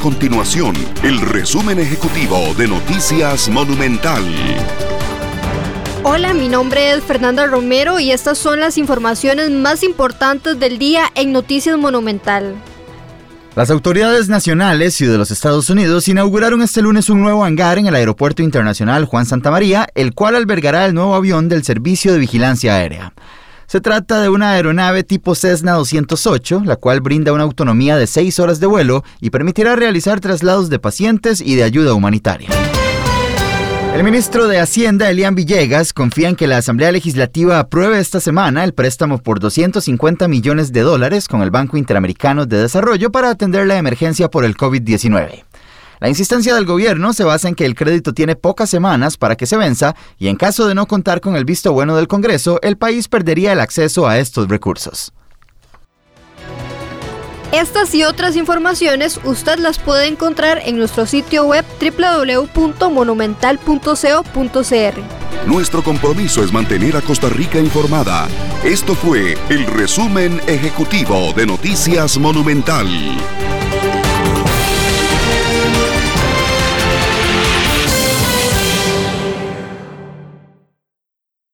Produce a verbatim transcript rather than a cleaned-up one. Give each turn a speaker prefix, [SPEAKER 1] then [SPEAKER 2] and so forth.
[SPEAKER 1] continuación el resumen ejecutivo de Noticias Monumental.
[SPEAKER 2] Hola, mi nombre es Fernanda Romero y estas son las informaciones más importantes del día en Noticias Monumental.
[SPEAKER 3] Las autoridades nacionales y de los Estados Unidos inauguraron este lunes un nuevo hangar en el Aeropuerto Internacional Juan Santamaría, el cual albergará el nuevo avión del Servicio de Vigilancia Aérea. Se trata de una aeronave tipo Cessna doscientos ocho, la cual brinda una autonomía de seis horas de vuelo y permitirá realizar traslados de pacientes y de ayuda humanitaria. El ministro de Hacienda, Elian Villegas, confía en que la Asamblea Legislativa apruebe esta semana el préstamo por doscientos cincuenta millones de dólares con el Banco Interamericano de Desarrollo para atender la emergencia por el COVID diecinueve. La insistencia del gobierno se basa en que el crédito tiene pocas semanas para que se venza y en caso de no contar con el visto bueno del Congreso, el país perdería el acceso a estos recursos.
[SPEAKER 2] Estas y otras informaciones usted las puede encontrar en nuestro sitio web doble u doble u doble u punto monumental punto co punto c r.
[SPEAKER 1] Nuestro compromiso es mantener a Costa Rica informada. Esto fue el resumen ejecutivo de Noticias Monumental.